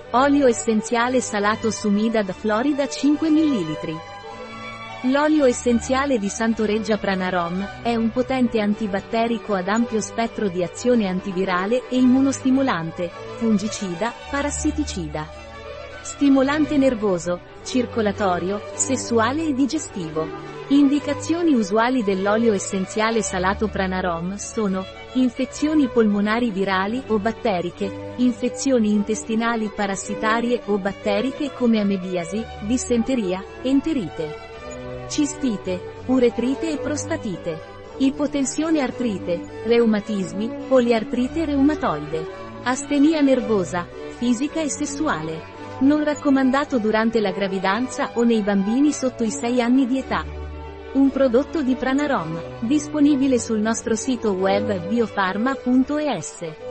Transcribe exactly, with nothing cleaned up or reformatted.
Olio essenziale salato Sumida Florida cinque millilitri. L'olio essenziale di Santoreggia Pranarom è un potente antibatterico ad ampio spettro di azione antivirale e immunostimolante, fungicida, parassiticida, stimolante nervoso, circolatorio, sessuale e digestivo. Indicazioni usuali dell'olio essenziale salato Pranarom sono: infezioni polmonari virali o batteriche, infezioni intestinali parassitarie o batteriche come amebiasi, dissenteria, enterite, cistite, uretrite e prostatite, ipotensione artrite, reumatismi, poliartrite reumatoide, astenia nervosa, fisica e sessuale. Non raccomandato durante la gravidanza o nei bambini sotto i sei anni di età. Un prodotto di Pranarom, disponibile sul nostro sito web biofarma punto es.